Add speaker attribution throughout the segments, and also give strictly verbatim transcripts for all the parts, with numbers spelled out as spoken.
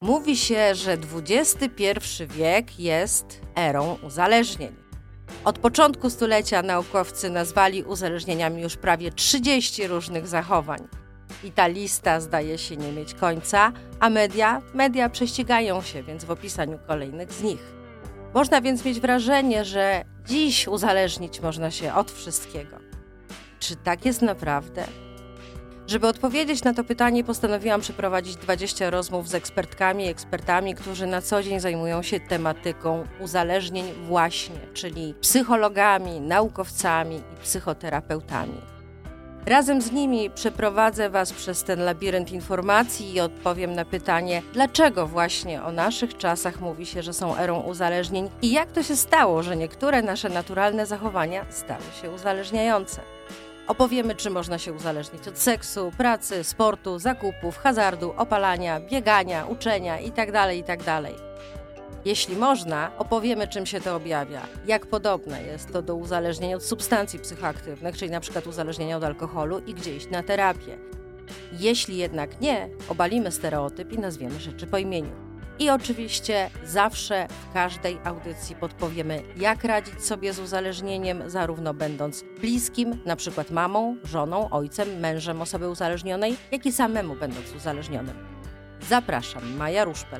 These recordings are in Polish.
Speaker 1: Mówi się, że dwudziesty pierwszy wiek jest erą uzależnień. Od początku stulecia naukowcy nazwali uzależnieniami już prawie trzydzieści różnych zachowań. I ta lista zdaje się nie mieć końca, a media, media prześcigają się więc w opisaniu kolejnych z nich. Można więc mieć wrażenie, że dziś uzależnić można się od wszystkiego. Czy tak jest naprawdę? Żeby odpowiedzieć na to pytanie, postanowiłam przeprowadzić dwadzieścia rozmów z ekspertkami i ekspertami, którzy na co dzień zajmują się tematyką uzależnień właśnie, czyli psychologami, naukowcami i psychoterapeutami. Razem z nimi przeprowadzę Was przez ten labirynt informacji i odpowiem na pytanie, dlaczego właśnie o naszych czasach mówi się, że są erą uzależnień i jak to się stało, że niektóre nasze naturalne zachowania stały się uzależniające. Opowiemy, czy można się uzależnić od seksu, pracy, sportu, zakupów, hazardu, opalania, biegania, uczenia itd., itd. Jeśli można, opowiemy, czym się to objawia, jak podobne jest to do uzależnienia od substancji psychoaktywnych, czyli np. uzależnienia od alkoholu i gdzie iść na terapię. Jeśli jednak nie, obalimy stereotyp i nazwiemy rzeczy po imieniu. I oczywiście zawsze w każdej audycji podpowiemy, jak radzić sobie z uzależnieniem, zarówno będąc bliskim, np. mamą, żoną, ojcem, mężem osoby uzależnionej, jak i samemu będąc uzależnionym. Zapraszam, Maja Ruszpel.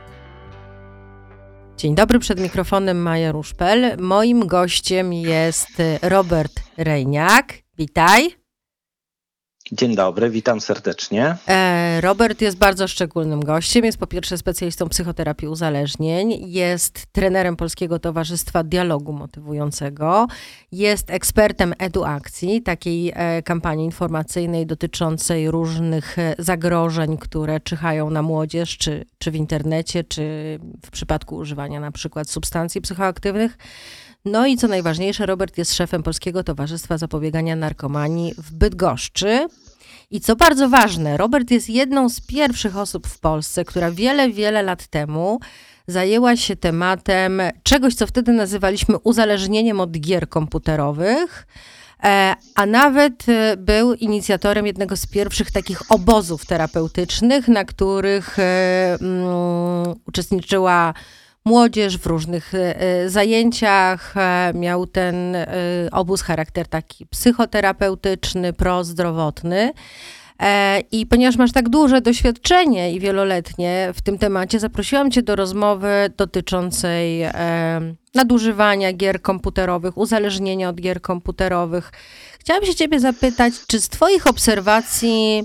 Speaker 1: Dzień dobry, przed mikrofonem Maja Ruszpel. Moim gościem jest Robert Rejniak. Witaj.
Speaker 2: Dzień dobry, witam serdecznie.
Speaker 1: Robert jest bardzo szczególnym gościem. Jest po pierwsze specjalistą psychoterapii uzależnień, jest trenerem Polskiego Towarzystwa Dialogu Motywującego, jest ekspertem eduakcji, takiej kampanii informacyjnej dotyczącej różnych zagrożeń, które czyhają na młodzież, czy, czy w internecie, czy w przypadku używania na przykład substancji psychoaktywnych. No i co najważniejsze, Robert jest szefem Polskiego Towarzystwa Zapobiegania Narkomanii w Bydgoszczy. I co bardzo ważne, Robert jest jedną z pierwszych osób w Polsce, która wiele, wiele lat temu zajęła się tematem czegoś, co wtedy nazywaliśmy uzależnieniem od gier komputerowych, a nawet był inicjatorem jednego z pierwszych takich obozów terapeutycznych, na których um, uczestniczyła młodzież w różnych e, zajęciach. E, miał ten e, obóz charakter taki psychoterapeutyczny, prozdrowotny. E, I ponieważ masz tak duże doświadczenie i wieloletnie w tym temacie, zaprosiłam cię do rozmowy dotyczącej e, nadużywania gier komputerowych, uzależnienia od gier komputerowych. Chciałam się ciebie zapytać, czy z twoich obserwacji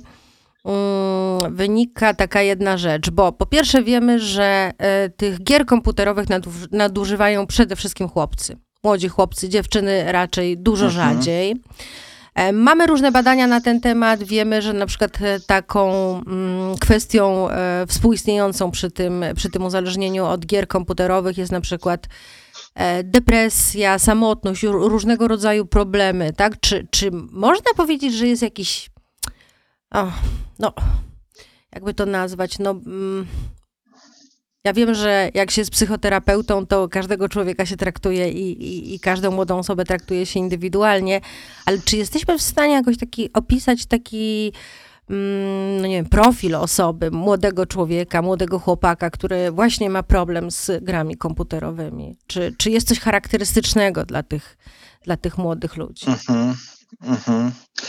Speaker 1: wynika taka jedna rzecz, bo po pierwsze wiemy, że y, tych gier komputerowych naduż- nadużywają przede wszystkim chłopcy. Młodzi chłopcy, dziewczyny raczej dużo
Speaker 2: Mhm.
Speaker 1: rzadziej. E, mamy różne badania na ten temat. Wiemy, że na przykład e, taką mm, kwestią e, współistniejącą przy tym, przy tym uzależnieniu od gier komputerowych jest na przykład e, depresja, samotność, r- różnego rodzaju problemy, tak? Czy, czy można powiedzieć, że jest jakiś O, no, jakby to nazwać, no, mm, ja wiem, że jak się jest psychoterapeutą, to każdego człowieka się traktuje i, i, i każdą młodą osobę traktuje się indywidualnie, ale czy jesteśmy w stanie jakoś taki opisać taki, mm, no nie wiem, profil osoby, młodego człowieka, młodego chłopaka, który właśnie ma problem z grami komputerowymi? Czy, czy jest coś charakterystycznego dla tych, dla tych młodych ludzi?
Speaker 2: Mhm. Mhm.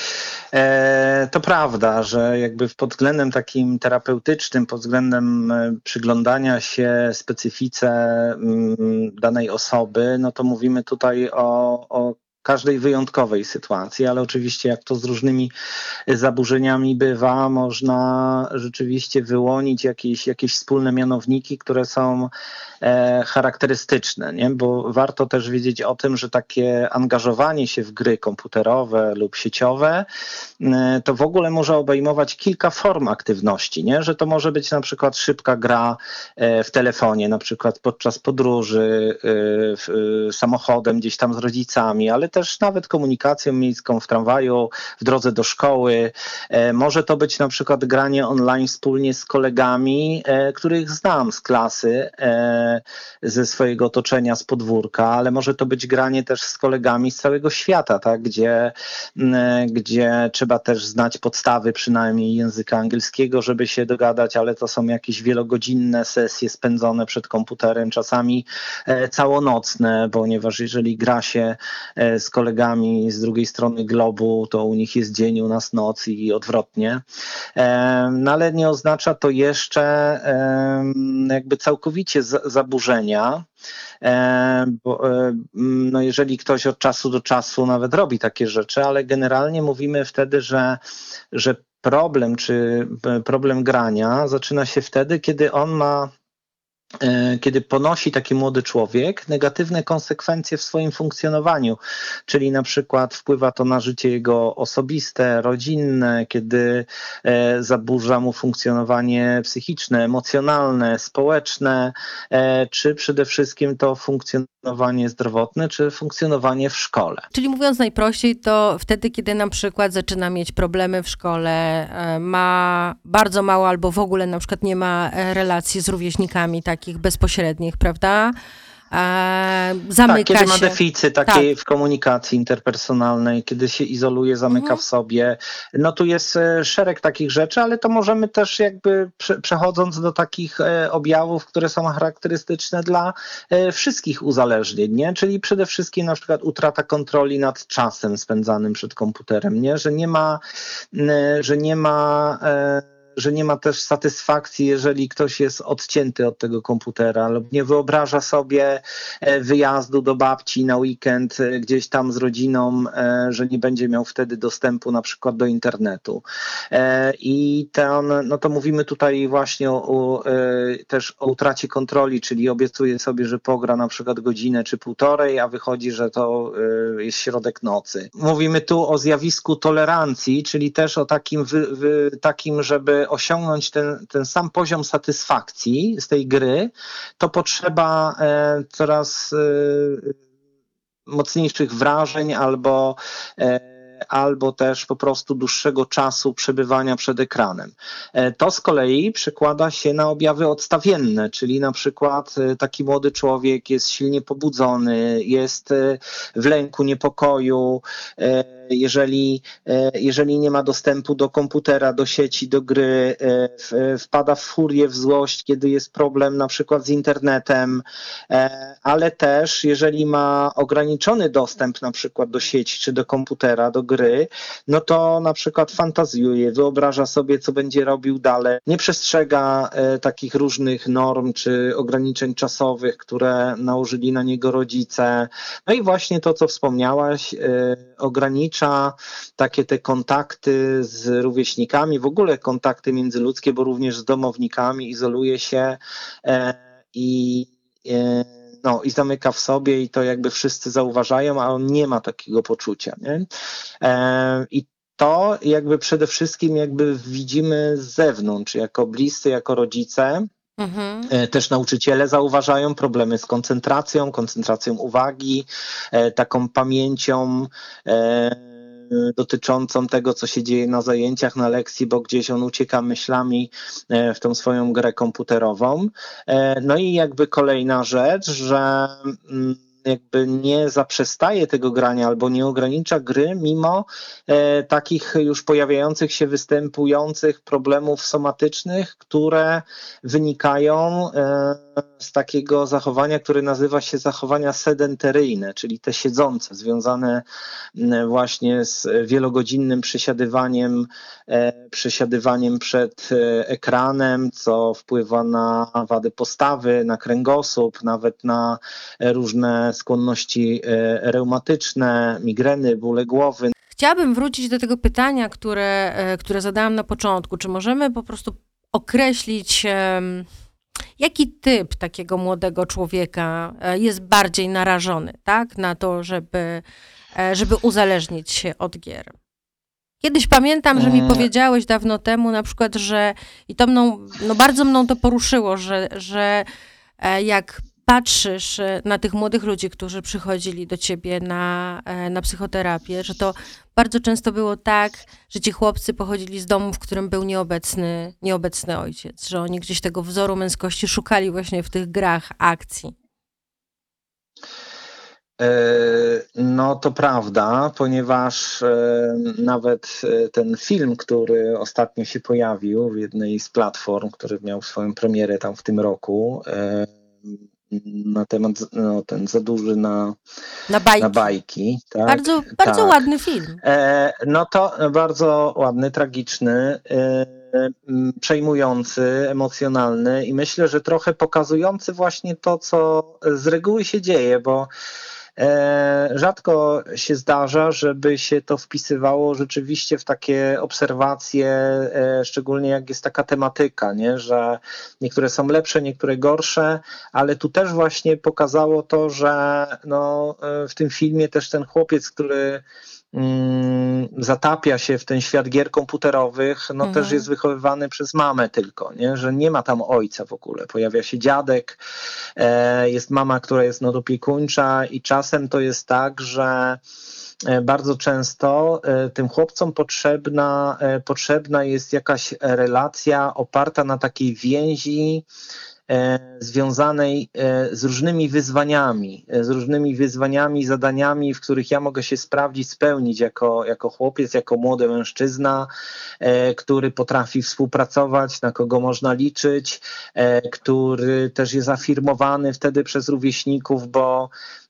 Speaker 2: E, to prawda, że jakby pod względem takim terapeutycznym, pod względem e, przyglądania się specyfice m, danej osoby, no to mówimy tutaj o, o każdej wyjątkowej sytuacji, ale oczywiście jak to z różnymi zaburzeniami bywa, można rzeczywiście wyłonić jakieś, jakieś wspólne mianowniki, które są e, charakterystyczne, nie? Bo warto też wiedzieć o tym, że takie angażowanie się w gry komputerowe lub sieciowe e, to w ogóle może obejmować kilka form aktywności, nie? Że to może być na przykład szybka gra e, w telefonie, na przykład podczas podróży e, w, e, samochodem gdzieś tam z rodzicami, ale też nawet komunikacją miejską w tramwaju, w drodze do szkoły. Może to być na przykład granie online wspólnie z kolegami, których znam z klasy, ze swojego otoczenia, z podwórka, ale może to być granie też z kolegami z całego świata, tak? gdzie, gdzie trzeba też znać podstawy przynajmniej języka angielskiego, żeby się dogadać, ale to są jakieś wielogodzinne sesje spędzone przed komputerem, czasami całonocne, ponieważ jeżeli gra się z kolegami z drugiej strony globu, to u nich jest dzień, u nas noc i odwrotnie. No ale nie oznacza to jeszcze jakby całkowicie zaburzenia, bo no jeżeli ktoś od czasu do czasu nawet robi takie rzeczy, ale generalnie mówimy wtedy, że, że problem czy problem grania zaczyna się wtedy, kiedy on ma kiedy ponosi taki młody człowiek negatywne konsekwencje w swoim funkcjonowaniu, czyli na przykład wpływa to na życie jego osobiste, rodzinne, kiedy zaburza mu funkcjonowanie psychiczne, emocjonalne, społeczne, czy przede wszystkim to funkcjonowanie zdrowotne, czy funkcjonowanie w szkole.
Speaker 1: Czyli mówiąc najprościej, to wtedy, kiedy na przykład zaczyna mieć problemy w szkole, ma bardzo mało albo w ogóle na przykład nie ma relacji z rówieśnikami takich bezpośrednich, prawda? Zamyka
Speaker 2: tak, kiedy
Speaker 1: się.
Speaker 2: ma deficyt takiej
Speaker 1: tak.
Speaker 2: w komunikacji interpersonalnej, kiedy się izoluje, zamyka mhm. w sobie. No tu jest szereg takich rzeczy, ale to możemy też jakby przechodząc do takich objawów, które są charakterystyczne dla wszystkich uzależnień, nie? Czyli przede wszystkim na przykład utrata kontroli nad czasem spędzanym przed komputerem, nie? Że nie ma, że nie ma że nie ma też satysfakcji, jeżeli ktoś jest odcięty od tego komputera lub nie wyobraża sobie wyjazdu do babci na weekend gdzieś tam z rodziną, że nie będzie miał wtedy dostępu na przykład do internetu. I ten, no to mówimy tutaj właśnie o, o, też o utracie kontroli, czyli obiecuje sobie, że pogra na przykład godzinę czy półtorej, a wychodzi, że to jest środek nocy. Mówimy tu o zjawisku tolerancji, czyli też o takim, wy, wy, takim żeby osiągnąć ten, ten sam poziom satysfakcji z tej gry, to potrzeba e, coraz e, mocniejszych wrażeń albo e, albo też po prostu dłuższego czasu przebywania przed ekranem. To z kolei przekłada się na objawy odstawienne, czyli na przykład taki młody człowiek jest silnie pobudzony, jest w lęku, niepokoju, jeżeli, jeżeli nie ma dostępu do komputera, do sieci, do gry, wpada w furię, w złość, kiedy jest problem na przykład z internetem, ale też jeżeli ma ograniczony dostęp na przykład do sieci czy do komputera, do gry, no to na przykład fantazjuje, wyobraża sobie, co będzie robił dalej, nie przestrzega e, takich różnych norm czy ograniczeń czasowych, które nałożyli na niego rodzice. No i właśnie to, co wspomniałaś, e, ogranicza takie te kontakty z rówieśnikami, w ogóle kontakty międzyludzkie, bo również z domownikami, izoluje się e, i e, No i zamyka w sobie i to jakby wszyscy zauważają, a on nie ma takiego poczucia, nie? E, I to jakby przede wszystkim jakby widzimy z zewnątrz, jako bliscy, jako rodzice. Mhm. E, też nauczyciele zauważają problemy z koncentracją, koncentracją uwagi, e, taką pamięcią, e, dotyczącą tego, co się dzieje na zajęciach, na lekcji, bo gdzieś on ucieka myślami w tą swoją grę komputerową. No i jakby kolejna rzecz, że jakby nie zaprzestaje tego grania albo nie ogranicza gry mimo e, takich już pojawiających się, występujących problemów somatycznych, które wynikają e, z takiego zachowania, które nazywa się zachowania sedentaryjne, czyli te siedzące, związane właśnie z wielogodzinnym przesiadywaniem, e, przesiadywaniem przed ekranem, co wpływa na wady postawy, na kręgosłup, nawet na różne skłonności reumatyczne, migreny, bóle głowy.
Speaker 1: Chciałabym wrócić do tego pytania, które, które zadałam na początku. Czy możemy po prostu określić, jaki typ takiego młodego człowieka jest bardziej narażony, tak, na to, żeby, żeby uzależnić się od gier? Kiedyś pamiętam, że mi powiedziałeś dawno temu na przykład, że i to mną, no bardzo mną to poruszyło, że, że jak patrzysz na tych młodych ludzi, którzy przychodzili do ciebie na, na psychoterapię, że to bardzo często było tak, że ci chłopcy pochodzili z domu, w którym był nieobecny, nieobecny ojciec, że oni gdzieś tego wzoru męskości szukali właśnie w tych grach akcji.
Speaker 2: No to prawda, ponieważ nawet ten film, który ostatnio się pojawił w jednej z platform, który miał swoją premierę tam w tym roku, na temat, no, ten za duży na,
Speaker 1: na bajki.
Speaker 2: Na bajki tak?
Speaker 1: Bardzo, bardzo
Speaker 2: tak.
Speaker 1: ładny film.
Speaker 2: No to bardzo ładny, tragiczny, przejmujący, emocjonalny i myślę, że trochę pokazujący właśnie to, co z reguły się dzieje, bo rzadko się zdarza, żeby się to wpisywało rzeczywiście w takie obserwacje, szczególnie jak jest taka tematyka, nie? Że niektóre są lepsze, niektóre gorsze, ale tu też właśnie pokazało to, że no, w tym filmie też ten chłopiec, który zatapia się w ten świat gier komputerowych, no mhm. też jest wychowywany przez mamę tylko, nie? Że nie ma tam ojca w ogóle. Pojawia się dziadek, e, jest mama, która jest nadopiekuńcza i czasem to jest tak, że bardzo często e, tym chłopcom potrzebna, e, potrzebna jest jakaś relacja oparta na takiej więzi, związanej z różnymi wyzwaniami, z różnymi wyzwaniami, zadaniami, w których ja mogę się sprawdzić, spełnić jako, jako chłopiec, jako młody mężczyzna, który potrafi współpracować, na kogo można liczyć, który też jest afirmowany wtedy przez rówieśników, bo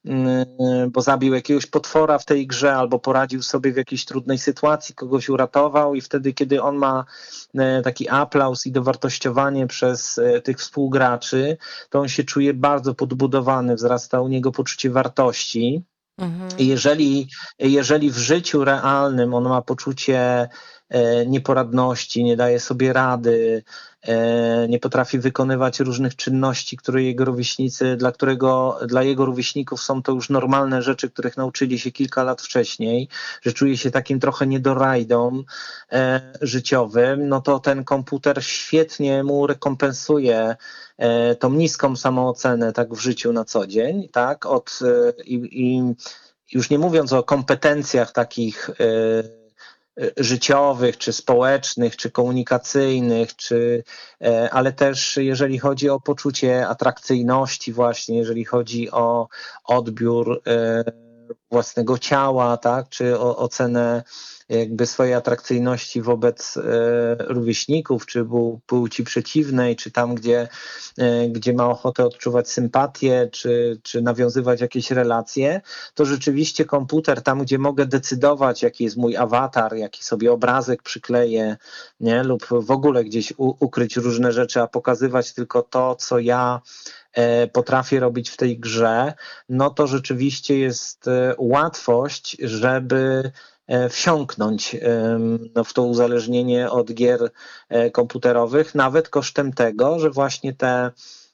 Speaker 2: bo zabił jakiegoś potwora w tej grze albo poradził sobie w jakiejś trudnej sytuacji, kogoś uratował i wtedy, kiedy on ma taki aplauz i dowartościowanie przez tych współgraczy, to on się czuje bardzo podbudowany, wzrasta u niego poczucie wartości. Mhm. I jeżeli, jeżeli w życiu realnym on ma poczucie nieporadności, nie daje sobie rady, nie potrafi wykonywać różnych czynności, które jego rówieśnicy, dla którego, dla jego rówieśników są to już normalne rzeczy, których nauczyli się kilka lat wcześniej, że czuje się takim trochę niedorajdą e, życiowym, no to ten komputer świetnie mu rekompensuje e, tą niską samoocenę tak w życiu na co dzień, tak, od e, i, i już nie mówiąc o kompetencjach takich e, życiowych, czy społecznych, czy komunikacyjnych, czy, ale też jeżeli chodzi o poczucie atrakcyjności właśnie, jeżeli chodzi o odbiór własnego ciała, tak, czy o ocenę jakby swojej atrakcyjności wobec e, rówieśników, czy płci przeciwnej, czy tam, gdzie, e, gdzie ma ochotę odczuwać sympatię, czy, czy nawiązywać jakieś relacje, to rzeczywiście komputer, tam gdzie mogę decydować, jaki jest mój awatar, jaki sobie obrazek przykleję, nie? Lub w ogóle gdzieś u, ukryć różne rzeczy, a pokazywać tylko to, co ja e, potrafię robić w tej grze, no to rzeczywiście jest e, łatwość, żeby wsiąknąć no, w to uzależnienie od gier komputerowych, nawet kosztem tego, że właśnie te,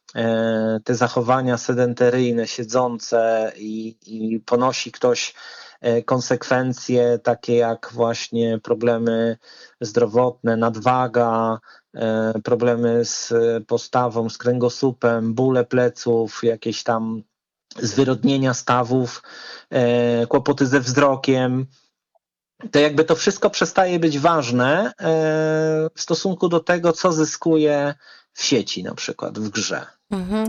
Speaker 2: te zachowania sedentaryjne, siedzące i, i ponosi ktoś konsekwencje takie jak właśnie problemy zdrowotne, nadwaga, problemy z postawą, z kręgosłupem, bóle pleców, jakieś tam zwyrodnienia stawów, kłopoty ze wzrokiem, to jakby to wszystko przestaje być ważne w stosunku do tego, co zyskuje w sieci na przykład, w grze. Mhm.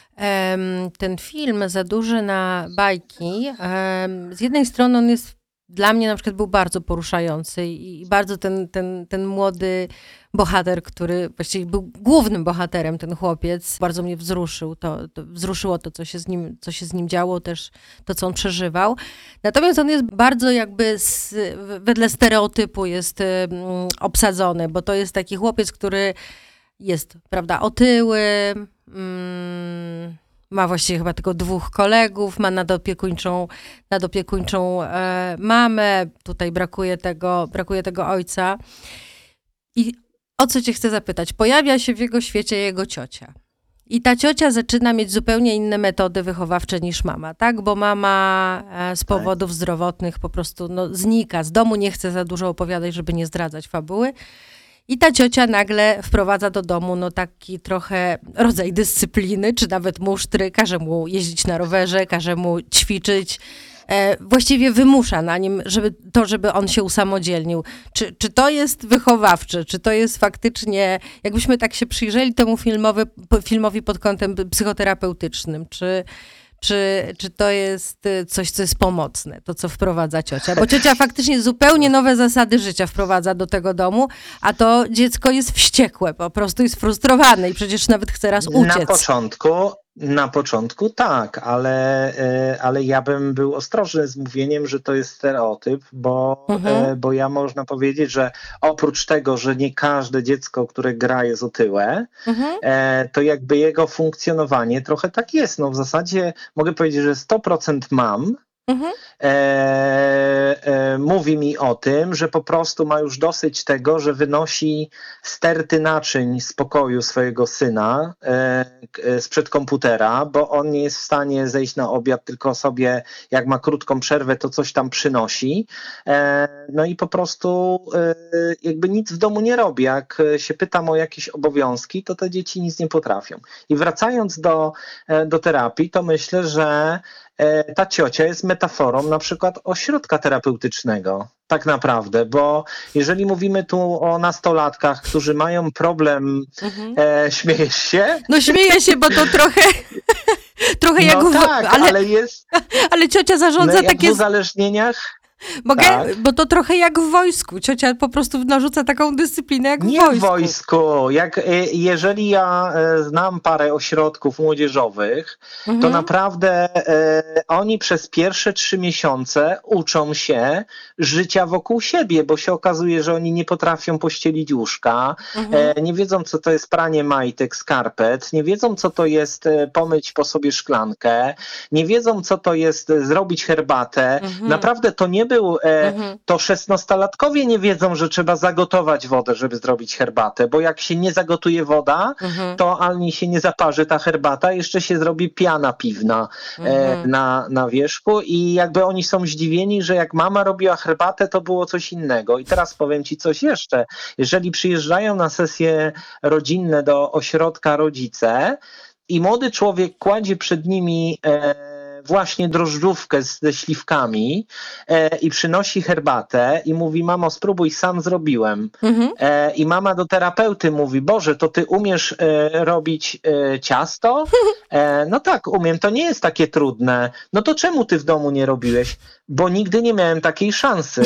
Speaker 1: Ten film Za duży na bajki, z jednej strony on jest, dla mnie na przykład był bardzo poruszający i bardzo ten, ten, ten młody bohater, który właściwie był głównym bohaterem, ten chłopiec, bardzo mnie wzruszył. To, to wzruszyło to, co się, z nim, co się z nim działo, też to, co on przeżywał. Natomiast on jest bardzo jakby z, wedle stereotypu jest um, obsadzony, bo to jest taki chłopiec, który jest, prawda, otyły, um, ma właściwie chyba tylko dwóch kolegów, ma nadopiekuńczą, nadopiekuńczą e, mamę, tutaj brakuje tego, brakuje tego ojca. I o co cię chcę zapytać? Pojawia się w jego świecie jego ciocia. I ta ciocia zaczyna mieć zupełnie inne metody wychowawcze niż mama, tak? Bo mama e, z powodów zdrowotnych po prostu no, znika z domu, nie chce za dużo opowiadać, żeby nie zdradzać fabuły. I ta ciocia nagle wprowadza do domu no taki trochę rodzaj dyscypliny, czy nawet musztry, każe mu jeździć na rowerze, każe mu ćwiczyć, e, właściwie wymusza na nim żeby, to, żeby on się usamodzielnił. Czy, czy to jest wychowawcze, czy to jest faktycznie, jakbyśmy tak się przyjrzeli temu filmowi, filmowi pod kątem psychoterapeutycznym, czy... Czy, czy to jest coś, co jest pomocne, to co wprowadza ciocia? Bo ciocia faktycznie zupełnie nowe zasady życia wprowadza do tego domu, a to dziecko jest wściekłe, po prostu jest frustrowane i przecież nawet chce raz uciec.
Speaker 2: Na początku, na początku tak, ale, ale ja bym był ostrożny z mówieniem, że to jest stereotyp, bo, mhm. bo ja można powiedzieć, że oprócz tego, że nie każde dziecko, które gra jest otyłe, mhm. to jakby jego funkcjonowanie trochę tak jest. No w zasadzie mogę powiedzieć, że sto procent mam, Mhm. E, e, mówi mi o tym, że po prostu ma już dosyć tego, że wynosi sterty naczyń z pokoju swojego syna e, e, sprzed komputera, bo on nie jest w stanie zejść na obiad, tylko sobie jak ma krótką przerwę, to coś tam przynosi. E, no i po prostu e, jakby nic w domu nie robi. Jak się pytam o jakieś obowiązki, to te dzieci nic nie potrafią. I wracając do, e, do terapii, to myślę, że ta ciocia jest metaforą na przykład ośrodka terapeutycznego, tak naprawdę, bo jeżeli mówimy tu o nastolatkach, którzy mają problem, mhm. e, śmiejesz się?
Speaker 1: No śmieję się, bo to trochę, trochę
Speaker 2: no
Speaker 1: jak w...
Speaker 2: tak, ale, ale jest...
Speaker 1: Ale ciocia zarządza
Speaker 2: no, jak
Speaker 1: takie...
Speaker 2: w uzależnieniach...
Speaker 1: Mogę? Tak. Bo to trochę jak w wojsku. Ciocia po prostu narzuca taką dyscyplinę jak w
Speaker 2: Nie
Speaker 1: wojsku.
Speaker 2: Nie w wojsku. Jak, jeżeli ja znam parę ośrodków młodzieżowych, mhm. to naprawdę e, oni przez pierwsze trzy miesiące uczą się życia wokół siebie, bo się okazuje, że oni nie potrafią pościelić łóżka, mhm. e, nie wiedzą, co to jest pranie majtek, skarpet, nie wiedzą, co to jest pomyć po sobie szklankę, nie wiedzą, co to jest zrobić herbatę. Mhm. Naprawdę to nie był, e, mhm. to szesnastolatkowie nie wiedzą, że trzeba zagotować wodę, żeby zrobić herbatę, bo jak się nie zagotuje woda, mhm. to ani się nie zaparzy ta herbata, jeszcze się zrobi piana piwna mhm. e, na, na wierzchu i jakby oni są zdziwieni, że jak mama robiła herbatę, to było coś innego. I teraz powiem ci coś jeszcze. Jeżeli przyjeżdżają na sesje rodzinne do ośrodka rodzice i młody człowiek kładzie przed nimi e, właśnie drożdżówkę ze śliwkami e, i przynosi herbatę i mówi: mamo, spróbuj, sam zrobiłem. Mhm. E, I mama do terapeuty mówi: Boże, to ty umiesz e, robić e, ciasto? E, no tak, umiem, to nie jest takie trudne. No to czemu ty w domu nie robiłeś? Bo nigdy nie miałem takiej szansy.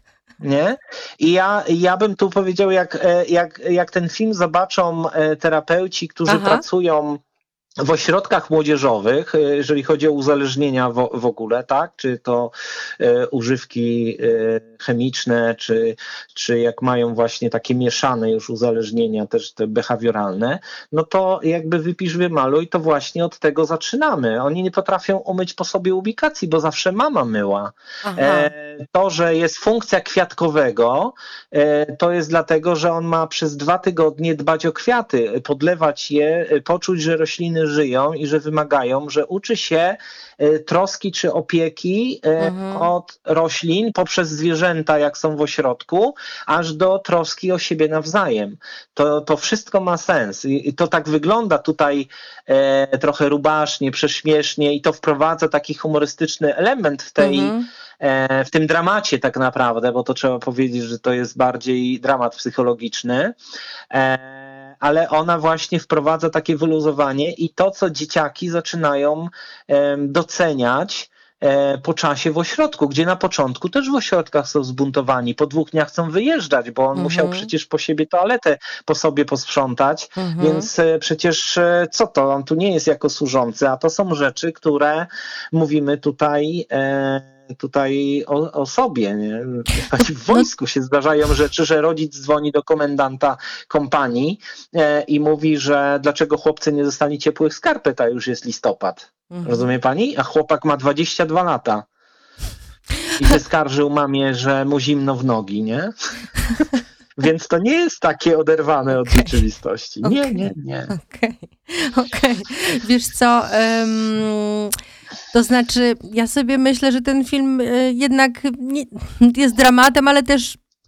Speaker 2: Nie? I ja, ja bym tu powiedział, jak, jak, jak ten film zobaczą terapeuci, którzy Aha. pracują w ośrodkach młodzieżowych, jeżeli chodzi o uzależnienia w, w ogóle, tak? Czy to e, używki e, chemiczne, czy, czy jak mają właśnie takie mieszane już uzależnienia, też te behawioralne, no to jakby wypisz, wymaluj, to właśnie od tego zaczynamy. Oni nie potrafią umyć po sobie ubikacji, bo zawsze mama myła. E, to, że jest funkcja kwiatkowego, e, to jest dlatego, że on ma przez dwa tygodnie dbać o kwiaty, podlewać je, poczuć, że rośliny żyją i że wymagają, że uczy się e, troski czy opieki e, mhm. od roślin poprzez zwierzęta, jak są w ośrodku, aż do troski o siebie nawzajem. To, to wszystko ma sens i, i to tak wygląda tutaj e, trochę rubasznie, prześmiesznie i to wprowadza taki humorystyczny element w tej mhm. w tym dramacie tak naprawdę, bo to trzeba powiedzieć, że to jest bardziej dramat psychologiczny, ale ona właśnie wprowadza takie wyluzowanie i to, co dzieciaki zaczynają doceniać po czasie w ośrodku, gdzie na początku też w ośrodkach są zbuntowani, po dwóch dniach chcą wyjeżdżać, bo on mhm. musiał przecież po siebie toaletę po sobie posprzątać, mhm. więc przecież co to, on tu nie jest jako służący, a to są rzeczy, które mówimy tutaj e, tutaj o, o sobie. Nie? W wojsku się zdarzają rzeczy, że rodzic dzwoni do komendanta kompanii e, i mówi, że dlaczego chłopcy nie dostali ciepłych skarpet, a już jest listopad. Mhm. Rozumie pani? A chłopak ma dwadzieścia dwa lata. I wyskarżył mamie, że mu zimno w nogi, nie? Więc to nie jest takie oderwane od okay. rzeczywistości. Nie, okay. nie, nie.
Speaker 1: Okej, okay. okay. Wiesz co, um, to znaczy ja sobie myślę, że ten film y, jednak nie, jest dramatem, ale też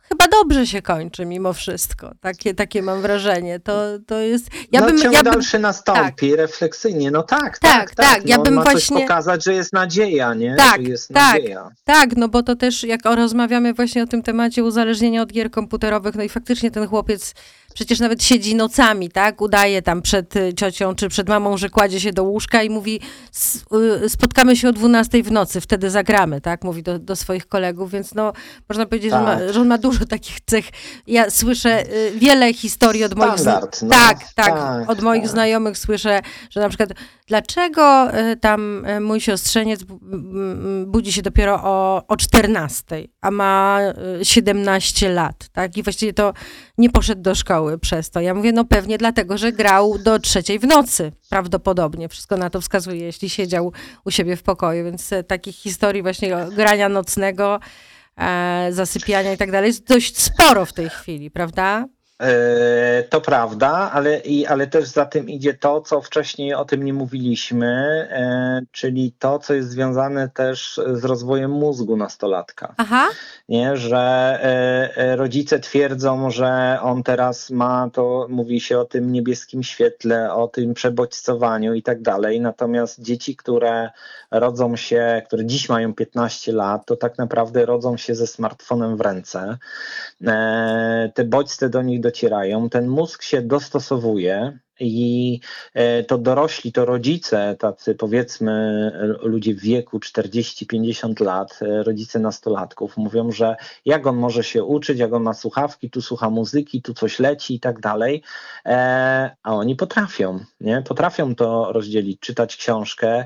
Speaker 1: chyba dobrze się kończy mimo wszystko. Takie, takie mam wrażenie. To, to jest... Ja
Speaker 2: no
Speaker 1: bym,
Speaker 2: ciąg
Speaker 1: ja bym,
Speaker 2: dalszy nastąpi,
Speaker 1: tak.
Speaker 2: refleksyjnie. No tak,
Speaker 1: Tak,
Speaker 2: tak, tak.
Speaker 1: tak.
Speaker 2: No
Speaker 1: Ja
Speaker 2: on
Speaker 1: bym
Speaker 2: ma
Speaker 1: właśnie...
Speaker 2: coś pokazać, że jest nadzieja, nie?
Speaker 1: Tak,
Speaker 2: że jest
Speaker 1: tak,
Speaker 2: nadzieja.
Speaker 1: tak, no bo to też jak rozmawiamy właśnie o tym temacie uzależnienia od gier komputerowych, no i faktycznie ten chłopiec przecież nawet siedzi nocami, tak? Udaje tam przed ciocią czy przed mamą, że kładzie się do łóżka i mówi spotkamy się o dwunastej w nocy, wtedy zagramy, tak? Mówi do, do swoich kolegów, więc no można powiedzieć, tak. że, on ma, że on ma dużo takich cech. Ja słyszę wiele historii od moich...
Speaker 2: Standard, no.
Speaker 1: Tak, tak,
Speaker 2: tak,
Speaker 1: od moich
Speaker 2: tak.
Speaker 1: znajomych słyszę, że na przykład dlaczego tam mój siostrzeniec budzi się dopiero o, o czternastej, a ma siedemnaście lat, tak? I właściwie to nie poszedł do szkoły przez to. Ja mówię, no pewnie dlatego, że grał do trzeciej w nocy. Prawdopodobnie. Wszystko na to wskazuje, jeśli siedział u siebie w pokoju. Więc takich historii właśnie grania nocnego, e, zasypiania i tak dalej jest dość sporo w tej chwili, prawda?
Speaker 2: To prawda, ale, i, ale też za tym idzie to, co wcześniej o tym nie mówiliśmy, e, czyli to, co jest związane też z rozwojem mózgu nastolatka.
Speaker 1: Aha.
Speaker 2: Nie, że e, rodzice twierdzą, że on teraz ma, to mówi się o tym niebieskim świetle, o tym przebodźcowaniu i tak dalej, natomiast dzieci, które rodzą się, które dziś mają piętnaście lat, to tak naprawdę rodzą się ze smartfonem w ręce. E, te bodźce do nich docierają, ten mózg się dostosowuje i to dorośli, to rodzice, tacy powiedzmy ludzie w wieku czterdzieści pięćdziesiąt lat, rodzice nastolatków mówią, że jak on może się uczyć, jak on ma słuchawki, tu słucha muzyki, tu coś leci i tak dalej, a oni potrafią, nie? Potrafią to rozdzielić, czytać książkę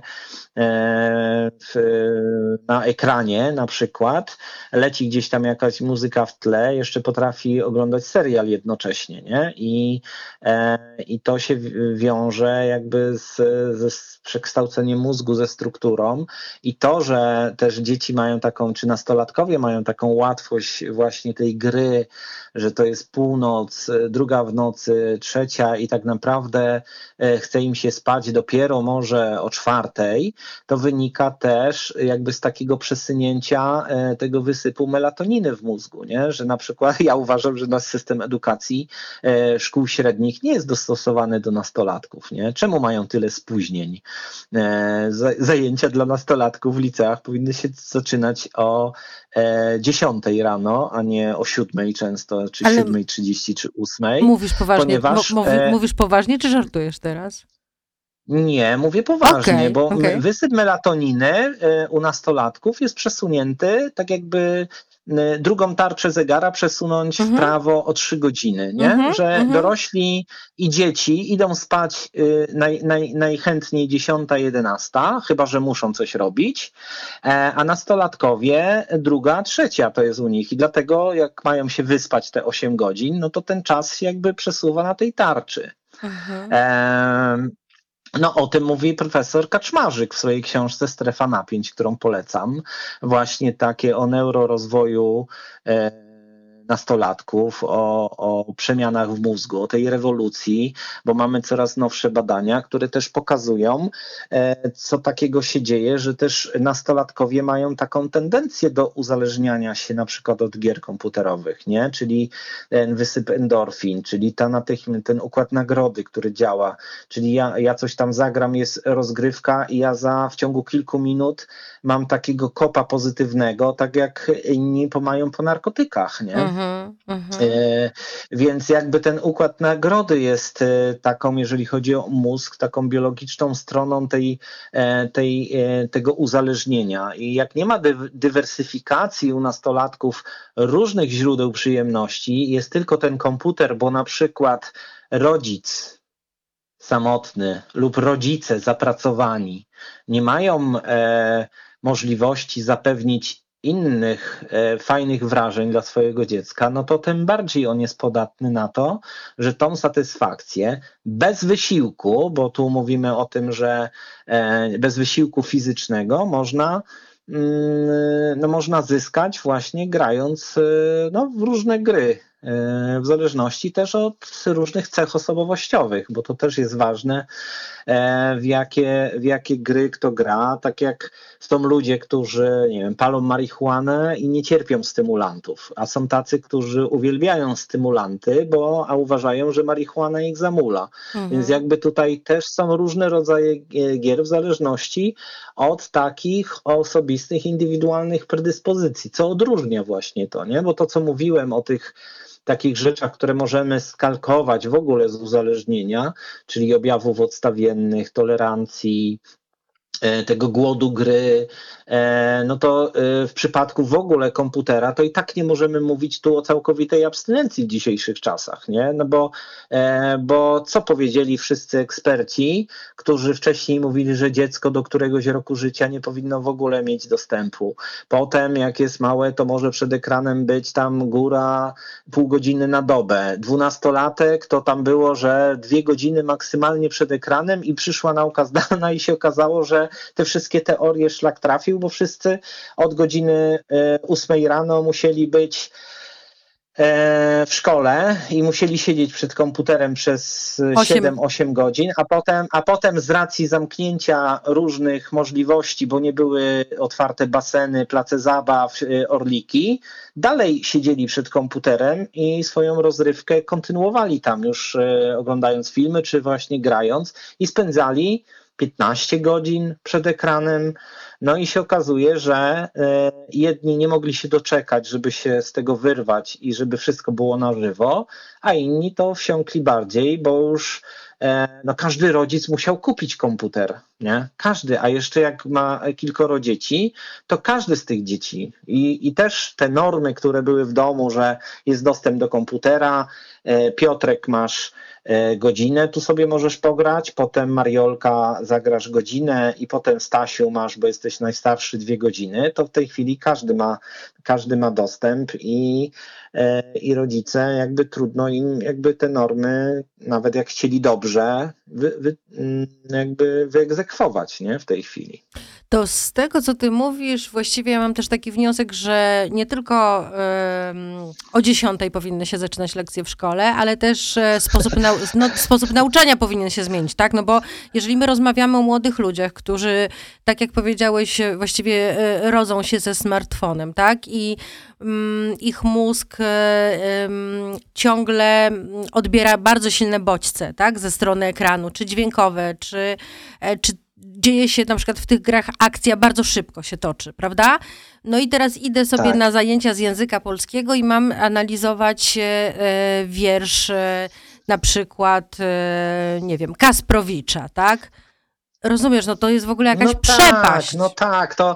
Speaker 2: na ekranie na przykład, leci gdzieś tam jakaś muzyka w tle, jeszcze potrafi oglądać serial jednocześnie, nie? I, i to się wiąże jakby z, ze przekształceniem mózgu, ze strukturą i to, że też dzieci mają taką, czy nastolatkowie mają taką łatwość właśnie tej gry, że to jest północ, druga w nocy, trzecia i tak naprawdę chce im się spać dopiero może o czwartej, to wynika też jakby z takiego przesunięcia tego wysypu melatoniny w mózgu, nie? Że na przykład ja uważam, że nasz system edukacji szkół średnich nie jest dostosowany do nastolatków, nie? Czemu mają tyle spóźnień? Zajęcia dla nastolatków w liceach powinny się zaczynać o dziesiątej rano, a nie o siódmej często, czy siódmej trzydzieści, czy ósmej.
Speaker 1: Mówisz poważnie,
Speaker 2: ponieważ,
Speaker 1: mówi, mówisz poważnie, czy żartujesz teraz?
Speaker 2: Nie, mówię poważnie,
Speaker 1: okay,
Speaker 2: bo
Speaker 1: okay.
Speaker 2: wysyp melatoniny u nastolatków jest przesunięty, tak jakby drugą tarczę zegara przesunąć mm-hmm. w prawo o trzy godziny, nie? Mm-hmm, że mm-hmm. dorośli i dzieci idą spać naj, naj, najchętniej dziesiąta, jedenasta, chyba że muszą coś robić, a nastolatkowie druga, trzecia to jest u nich i dlatego jak mają się wyspać te osiem godzin, no to ten czas się jakby przesuwa na tej tarczy. Mm-hmm. E- No o tym mówi profesor Kaczmarzyk w swojej książce Strefa napięć, którą polecam. Właśnie takie o neurorozwoju e, nastolatków, o, o przemianach w mózgu, o tej rewolucji, bo mamy coraz nowsze badania, które też pokazują, e, co takiego się dzieje, że też nastolatkowie mają taką tendencję do uzależniania się na przykład od gier komputerowych, nie? Czyli ten wysyp endorfin, czyli ta natychmiast, ten układ nagrody, który działa, czyli ja, ja coś tam zagram, jest rozgrywka i ja za w ciągu kilku minut mam takiego kopa pozytywnego, tak jak inni mają po narkotykach, nie? Mm-hmm, mm-hmm. E, więc jakby ten układ nagrody jest e, taką, jeżeli chodzi o mózg, taką biologiczną stroną tej, e, tej, e, tego uzależnienia. I jak nie ma dy- dywersyfikacji u nastolatków różnych źródeł przyjemności, jest tylko ten komputer, bo na przykład rodzic samotny lub rodzice zapracowani nie mają e, możliwości zapewnić innych e, fajnych wrażeń dla swojego dziecka, no to tym bardziej on jest podatny na to, że tą satysfakcję bez wysiłku, bo tu mówimy o tym, że e, bez wysiłku fizycznego można mm, no można zyskać właśnie grając no, w różne gry w zależności też od różnych cech osobowościowych, bo to też jest ważne, w jakie, w jakie gry kto gra, tak jak są ludzie, którzy, nie wiem, palą marihuanę i nie cierpią stymulantów, a są tacy, którzy uwielbiają stymulanty, bo a uważają, że marihuana ich zamula. Mhm. Więc jakby tutaj też są różne rodzaje gier w zależności od takich osobistych, indywidualnych predyspozycji, co odróżnia właśnie to, nie? Bo to, co mówiłem o tych takich rzeczach, które możemy skalkować w ogóle z uzależnienia, czyli objawów odstawiennych, tolerancji, tego głodu gry, no to w przypadku w ogóle komputera to i tak nie możemy mówić tu o całkowitej abstynencji w dzisiejszych czasach, nie? No bo, bo co powiedzieli wszyscy eksperci, którzy wcześniej mówili, że dziecko do któregoś roku życia nie powinno w ogóle mieć dostępu. Potem jak jest małe, to może przed ekranem być tam góra pół godziny na dobę. Dwunastolatek to tam było, że dwie godziny maksymalnie przed ekranem i przyszła nauka zdalna i się okazało, że te wszystkie teorie szlak trafił, bo wszyscy od godziny ósmej rano musieli być w szkole i musieli siedzieć przed komputerem przez siedem osiem godzin, a potem, a potem z racji zamknięcia różnych możliwości, bo nie były otwarte baseny, place zabaw, orliki, dalej siedzieli przed komputerem i swoją rozrywkę kontynuowali tam już oglądając filmy, czy właśnie grając i spędzali piętnaście godzin przed ekranem, no i się okazuje, że jedni nie mogli się doczekać, żeby się z tego wyrwać i żeby wszystko było na żywo, a inni to wsiąkli bardziej, bo już no, każdy rodzic musiał kupić komputer, nie? Każdy, a jeszcze jak ma kilkoro dzieci, to każdy z tych dzieci i, i też te normy, które były w domu, że jest dostęp do komputera, Piotrek masz godzinę, tu sobie możesz pograć, potem Mariolka zagrasz godzinę i potem Stasiu masz, bo jesteś najstarszy, dwie godziny, to w tej chwili każdy ma, każdy ma dostęp i, i rodzice jakby trudno im jakby te normy, nawet jak chcieli dobrze, wy, wy, jakby wyegzekwować, nie, w tej chwili.
Speaker 1: To z tego, co ty mówisz, właściwie ja mam też taki wniosek, że nie tylko um, o dziesiątej powinny się zaczynać lekcje w szkole, ale też sposób, nau- no, sposób nauczania powinien się zmienić, tak? No bo jeżeli my rozmawiamy o młodych ludziach, którzy, tak jak powiedziałeś, właściwie rodzą się ze smartfonem, tak? I um, ich mózg um, ciągle odbiera bardzo silne bodźce, tak? Ze strony ekranu, czy dźwiękowe, czy, czy dzieje się na przykład w tych grach akcja bardzo szybko się toczy, prawda? No i teraz idę sobie tak. na zajęcia z języka polskiego i mam analizować e, wiersz e, na przykład, e, nie wiem, Kasprowicza, tak? Rozumiesz, no to jest w ogóle jakaś
Speaker 2: no
Speaker 1: przepaść.
Speaker 2: Tak, no tak, to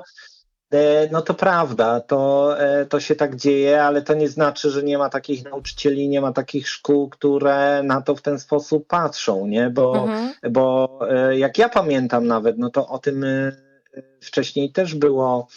Speaker 2: no to prawda, to, to się tak dzieje, ale to nie znaczy, że nie ma takich nauczycieli, nie ma takich szkół, które na to w ten sposób patrzą, nie? Bo, mhm. bo jak ja pamiętam nawet, no to o tym wcześniej też było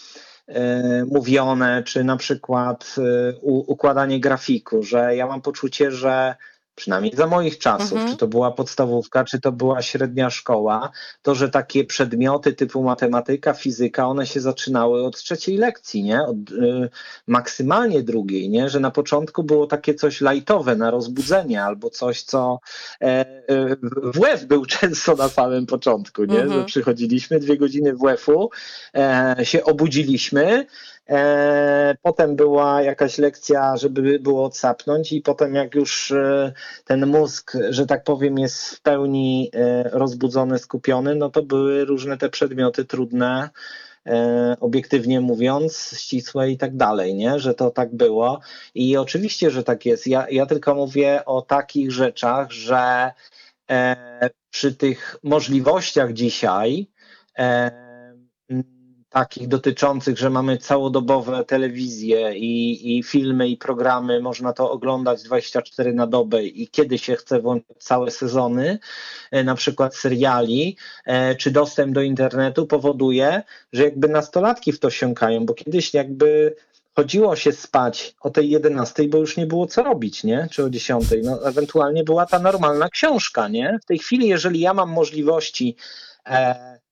Speaker 2: mówione, czy na przykład układanie grafiku, że ja mam poczucie, że przynajmniej za moich czasów, mhm. czy to była podstawówka, czy to była średnia szkoła, to, że takie przedmioty typu matematyka, fizyka, one się zaczynały od trzeciej lekcji, nie? Od y, maksymalnie drugiej, nie? Że na początku było takie coś lajtowe na rozbudzenie, albo coś, co e, e, W F był często na samym początku, nie? Mhm. Że przychodziliśmy dwie godziny W F-u, e, się obudziliśmy, E, potem była jakaś lekcja, żeby było odsapnąć i potem jak już e, ten mózg, że tak powiem, jest w pełni e, rozbudzony, skupiony, no to były różne te przedmioty trudne, e, obiektywnie mówiąc, ścisłe i tak dalej, nie? Że to tak było i oczywiście, że tak jest. Ja, ja tylko mówię o takich rzeczach, że e, przy tych możliwościach dzisiaj e, takich dotyczących, że mamy całodobowe telewizje i, i filmy i programy, można to oglądać dwadzieścia cztery na dobę i kiedy się chce włączyć całe sezony, na przykład seriali, czy dostęp do internetu powoduje, że jakby nastolatki w to wsiąkają, bo kiedyś jakby chodziło się spać o tej jedenastej, bo już nie było co robić, nie? Czy o dziesiątej, no ewentualnie była ta normalna książka, nie? W tej chwili, jeżeli ja mam możliwości e,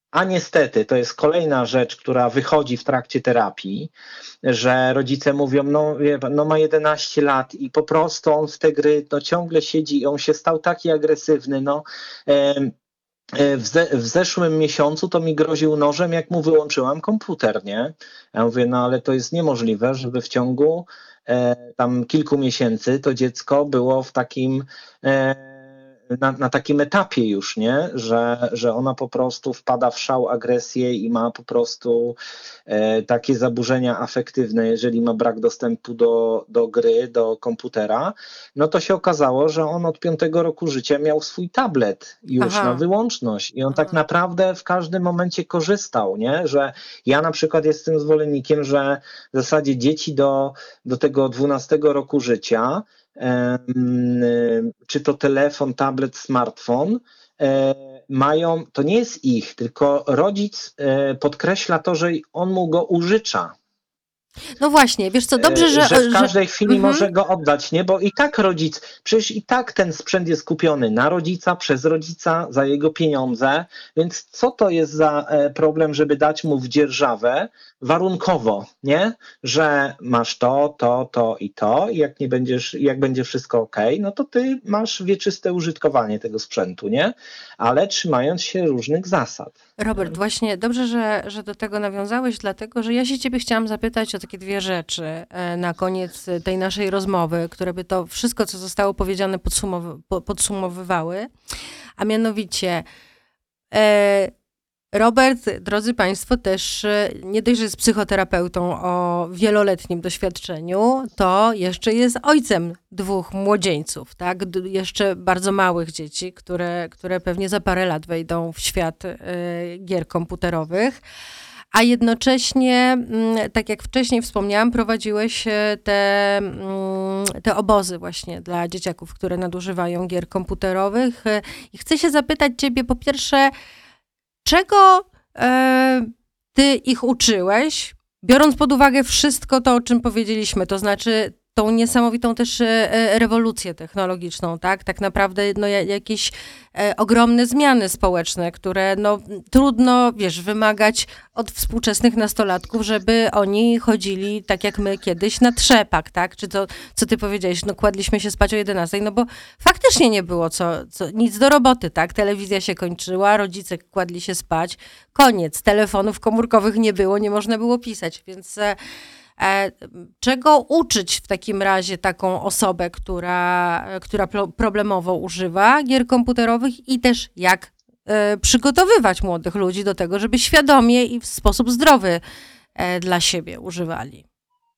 Speaker 2: A niestety, to jest kolejna rzecz, która wychodzi w trakcie terapii, że rodzice mówią, no, wie pan, no ma jedenaście lat i po prostu on w te gry no, ciągle siedzi i on się stał taki agresywny, no. Em, W, ze, w zeszłym miesiącu to mi groził nożem, jak mu wyłączyłam komputer, nie? Ja mówię, no ale to jest niemożliwe, żeby w ciągu e, tam kilku miesięcy to dziecko było w takim, e, na, na takim etapie już, nie? Że, że ona po prostu wpada w szał, agresję i ma po prostu e, takie zaburzenia afektywne, jeżeli ma brak dostępu do, do gry, do komputera, no to się okazało, że on od piątego roku życia miał swój tablet już
Speaker 1: Aha.
Speaker 2: na wyłączność i on tak naprawdę w każdym momencie korzystał, nie? Że ja na przykład jestem zwolennikiem, że w zasadzie dzieci do, do tego dwunastego roku życia, em, czy to telefon, tablet, smartfon, e, mają, to nie jest ich, tylko rodzic e, podkreśla to, że on mu go użycza.
Speaker 1: No właśnie, wiesz co, dobrze, że...
Speaker 2: że w każdej
Speaker 1: że...
Speaker 2: chwili
Speaker 1: Mhm.
Speaker 2: może go oddać, nie? Bo i tak rodzic, przecież i tak ten sprzęt jest kupiony na rodzica, przez rodzica, za jego pieniądze, więc co to jest za e, problem, żeby dać mu w dzierżawę warunkowo, nie? Że masz to, to, to i to i jak nie będziesz, jak będzie wszystko ok, no to ty masz wieczyste użytkowanie tego sprzętu, nie? Ale trzymając się różnych zasad.
Speaker 1: Robert, właśnie dobrze, że, że do tego nawiązałeś, dlatego że ja się ciebie chciałam zapytać o takie dwie rzeczy e, na koniec tej naszej rozmowy, które by to wszystko, co zostało powiedziane, podsumow- po- podsumowywały, a mianowicie e, Robert, drodzy Państwo, też e, nie dość, że jest psychoterapeutą o wieloletnim doświadczeniu, to jeszcze jest ojcem dwóch młodzieńców, tak? D- jeszcze bardzo małych dzieci, które, które pewnie za parę lat wejdą w świat e, gier komputerowych. A jednocześnie, mm, tak jak wcześniej wspomniałam, prowadziłeś e, te, mm, te obozy właśnie dla dzieciaków, które nadużywają gier komputerowych. E, I chcę się zapytać ciebie po pierwsze, czego e, ty ich uczyłeś, biorąc pod uwagę wszystko to, o czym powiedzieliśmy, to znaczy tą niesamowitą też e, rewolucję technologiczną, tak? Tak naprawdę no, ja- jakieś e, ogromne zmiany społeczne, które no, trudno, wiesz, wymagać od współczesnych nastolatków, żeby oni chodzili tak jak my kiedyś na trzepak, tak? Czy to, co ty powiedziałeś, no kładliśmy się spać o jedenastej, no bo faktycznie nie było co, co, nic do roboty, tak? Telewizja się kończyła, rodzice kładli się spać, koniec, telefonów komórkowych nie było, nie można było pisać, więc e, e, czego uczyć w takim razie taką osobę, która, która pro, problemowo używa gier komputerowych i też jak e, przygotowywać młodych ludzi do tego, żeby świadomie i w sposób zdrowy e, dla siebie używali?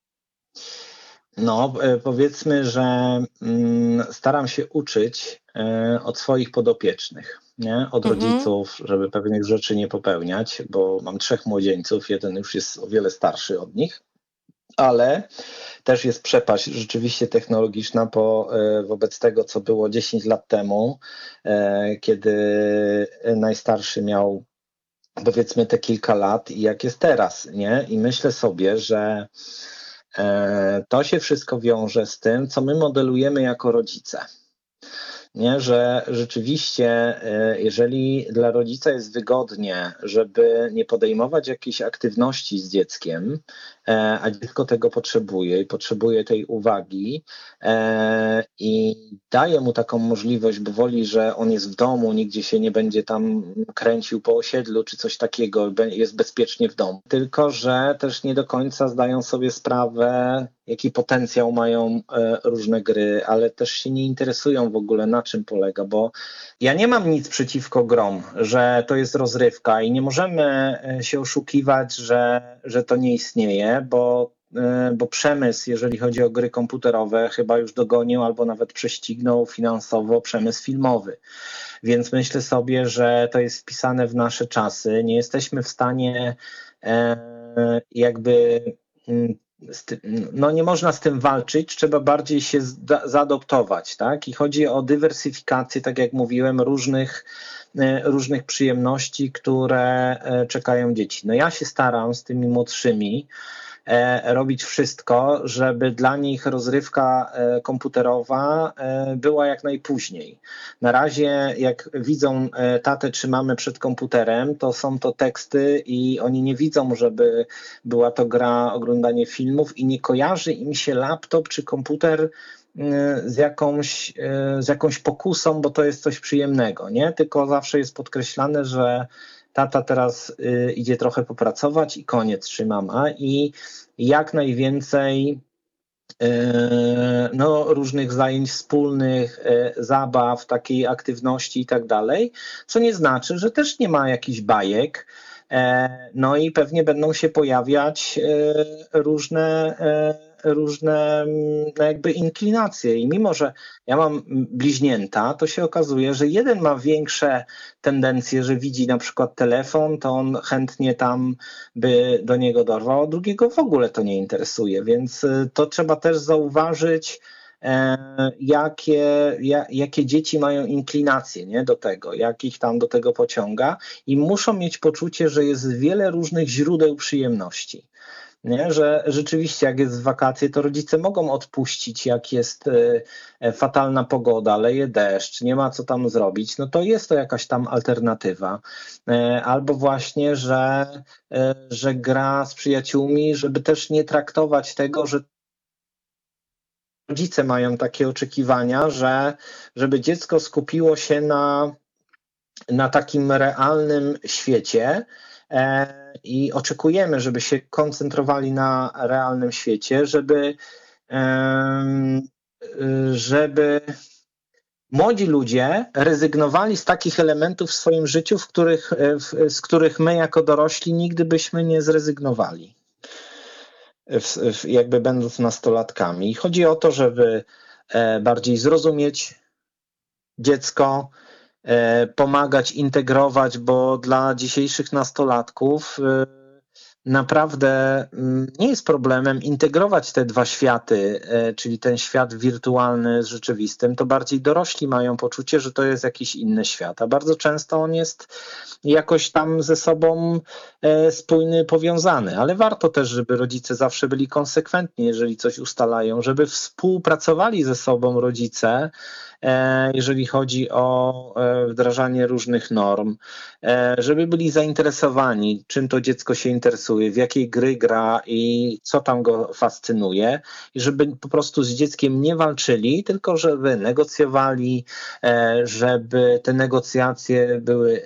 Speaker 2: No, e, powiedzmy, że mm, staram się uczyć e, od swoich podopiecznych, nie? Od
Speaker 1: Mhm.
Speaker 2: rodziców, żeby pewnych rzeczy nie popełniać, bo mam trzech młodzieńców, jeden już jest o wiele starszy od nich, ale też jest przepaść rzeczywiście technologiczna po, e, wobec tego, co było dziesięć lat temu, e, kiedy najstarszy miał powiedzmy te kilka lat i jak jest teraz, nie? I myślę sobie, że e, to się wszystko wiąże z tym, co my modelujemy jako rodzice. Nie, że rzeczywiście, e, jeżeli dla rodzica jest wygodnie, żeby nie podejmować jakiejś aktywności z dzieckiem, e, a dziecko tego potrzebuje i potrzebuje tej uwagi e, i daje mu taką możliwość, bo woli, że on jest w domu, nigdzie się nie będzie tam kręcił po osiedlu czy coś takiego, be- jest bezpiecznie w domu. Tylko że też nie do końca zdają sobie sprawę, jaki potencjał mają e, różne gry, ale też się nie interesują w ogóle, na czym polega, bo ja nie mam nic przeciwko grom, że to jest rozrywka i nie możemy e, się oszukiwać, że, że to nie istnieje, bo, e, bo przemysł, jeżeli chodzi o gry komputerowe, chyba już dogonił albo nawet prześcignął finansowo przemysł filmowy. Więc myślę sobie, że to jest wpisane w nasze czasy. Nie jesteśmy w stanie e, jakby mm, z tym, no nie można z tym walczyć, trzeba bardziej się zda, zaadoptować, tak? I chodzi o dywersyfikację, tak jak mówiłem, różnych, e, różnych przyjemności, które e, czekają dzieci. No ja się staram z tymi młodszymi e, robić wszystko, żeby dla nich rozrywka e, komputerowa e, była jak najpóźniej. Na razie jak widzą e, tatę czy mamę przed komputerem, to są to teksty i oni nie widzą, żeby była to gra, oglądanie filmów i nie kojarzy im się laptop czy komputer z jakąś, z jakąś pokusą, bo to jest coś przyjemnego, nie? Tylko zawsze jest podkreślane, że tata teraz idzie trochę popracować i koniec, czy mama, i jak najwięcej no, różnych zajęć wspólnych, zabaw, takiej aktywności i tak dalej, co nie znaczy, że też nie ma jakichś bajek. No i pewnie będą się pojawiać różne różne no jakby inklinacje i mimo, że ja mam bliźnięta, to się okazuje, że jeden ma większe tendencje, że widzi na przykład telefon, to on chętnie tam by do niego dorwał, a drugiego w ogóle to nie interesuje, więc to trzeba też zauważyć, jakie, jakie dzieci mają inklinacje, nie, do tego, jak ich tam do tego pociąga i muszą mieć poczucie, że jest wiele różnych źródeł przyjemności. Nie? Że rzeczywiście jak jest wakacje, to rodzice mogą odpuścić, jak jest fatalna pogoda, leje deszcz, nie ma co tam zrobić, no to jest to jakaś tam alternatywa. Albo właśnie, że, że gra z przyjaciółmi, żeby też nie traktować tego, że rodzice mają takie oczekiwania, że żeby dziecko skupiło się na, na takim realnym świecie, i oczekujemy, żeby się koncentrowali na realnym świecie, żeby, żeby młodzi ludzie rezygnowali z takich elementów w swoim życiu, w których, z których my jako dorośli nigdy byśmy nie zrezygnowali, jakby będąc nastolatkami. Chodzi o to, żeby bardziej zrozumieć dziecko, pomagać, integrować, bo dla dzisiejszych nastolatków naprawdę nie jest problemem integrować te dwa światy, czyli ten świat wirtualny z rzeczywistym, to bardziej dorośli mają poczucie, że to jest jakiś inny świat, a bardzo często on jest jakoś tam ze sobą spójny, powiązany, ale warto też, żeby rodzice zawsze byli konsekwentni, jeżeli coś ustalają, żeby współpracowali ze sobą rodzice, jeżeli chodzi o wdrażanie różnych norm, żeby byli zainteresowani, czym to dziecko się interesuje, w jakiej gry gra i co tam go fascynuje i żeby po prostu z dzieckiem nie walczyli, tylko żeby negocjowali, żeby te negocjacje były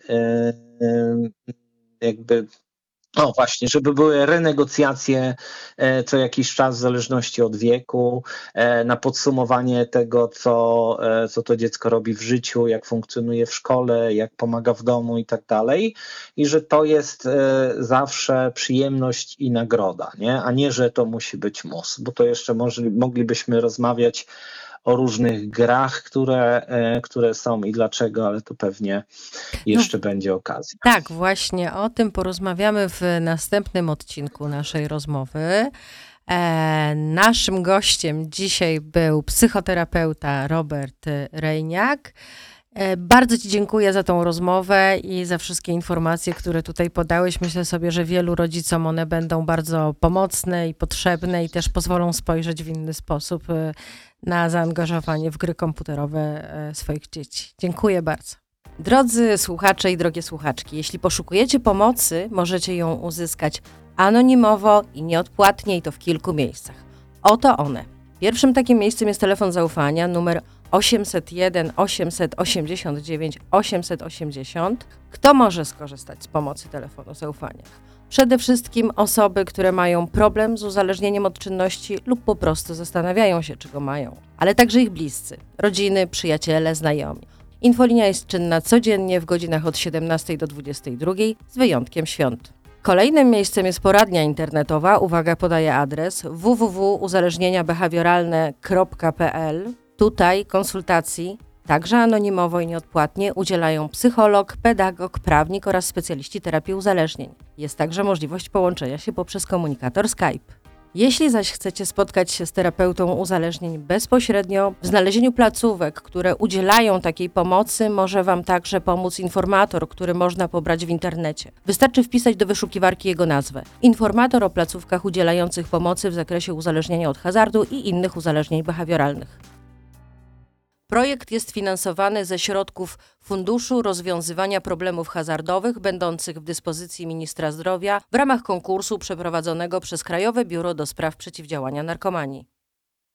Speaker 2: jakby No właśnie, żeby były renegocjacje co jakiś czas w zależności od wieku, na podsumowanie tego, co, co to dziecko robi w życiu, jak funkcjonuje w szkole, jak pomaga w domu i tak dalej. I że to jest zawsze przyjemność i nagroda, nie? A nie, że to musi być mus, bo to jeszcze może, moglibyśmy rozmawiać o różnych grach, które, które są i dlaczego, ale to pewnie jeszcze no, będzie okazja.
Speaker 1: Tak, właśnie o tym porozmawiamy w następnym odcinku naszej rozmowy. E, naszym gościem dzisiaj był psychoterapeuta Robert Rejniak. E, bardzo Ci dziękuję za tą rozmowę i za wszystkie informacje, które tutaj podałeś. Myślę sobie, że wielu rodzicom one będą bardzo pomocne i potrzebne i też pozwolą spojrzeć w inny sposób na zaangażowanie w gry komputerowe swoich dzieci. Dziękuję bardzo. Drodzy słuchacze i drogie słuchaczki, jeśli poszukujecie pomocy, możecie ją uzyskać anonimowo i nieodpłatnie i to w kilku miejscach. Oto one. Pierwszym takim miejscem jest telefon zaufania numer osiemset jeden osiemset osiemdziesiąt dziewięć osiemset osiemdziesiąt. Kto może skorzystać z pomocy telefonu zaufania? Przede wszystkim osoby, które mają problem z uzależnieniem od czynności lub po prostu zastanawiają się, czego mają, ale także ich bliscy, rodziny, przyjaciele, znajomi. Infolinia jest czynna codziennie w godzinach od siedemnastej do dwudziestej drugiej, z wyjątkiem świąt. Kolejnym miejscem jest poradnia internetowa. Uwaga, podaję adres w w w kropka uzależnienia behawioralne kropka p l. Tutaj konsultacji, także anonimowo i nieodpłatnie, udzielają psycholog, pedagog, prawnik oraz specjaliści terapii uzależnień. Jest także możliwość połączenia się poprzez komunikator Skype. Jeśli zaś chcecie spotkać się z terapeutą uzależnień bezpośrednio, w znalezieniu placówek, które udzielają takiej pomocy, może Wam także pomóc informator, który można pobrać w internecie. Wystarczy wpisać do wyszukiwarki jego nazwę. Informator o placówkach udzielających pomocy w zakresie uzależnienia od hazardu i innych uzależnień behawioralnych. Projekt jest finansowany ze środków Funduszu Rozwiązywania Problemów Hazardowych będących w dyspozycji Ministra Zdrowia w ramach konkursu przeprowadzonego przez Krajowe Biuro do Spraw Przeciwdziałania Narkomanii.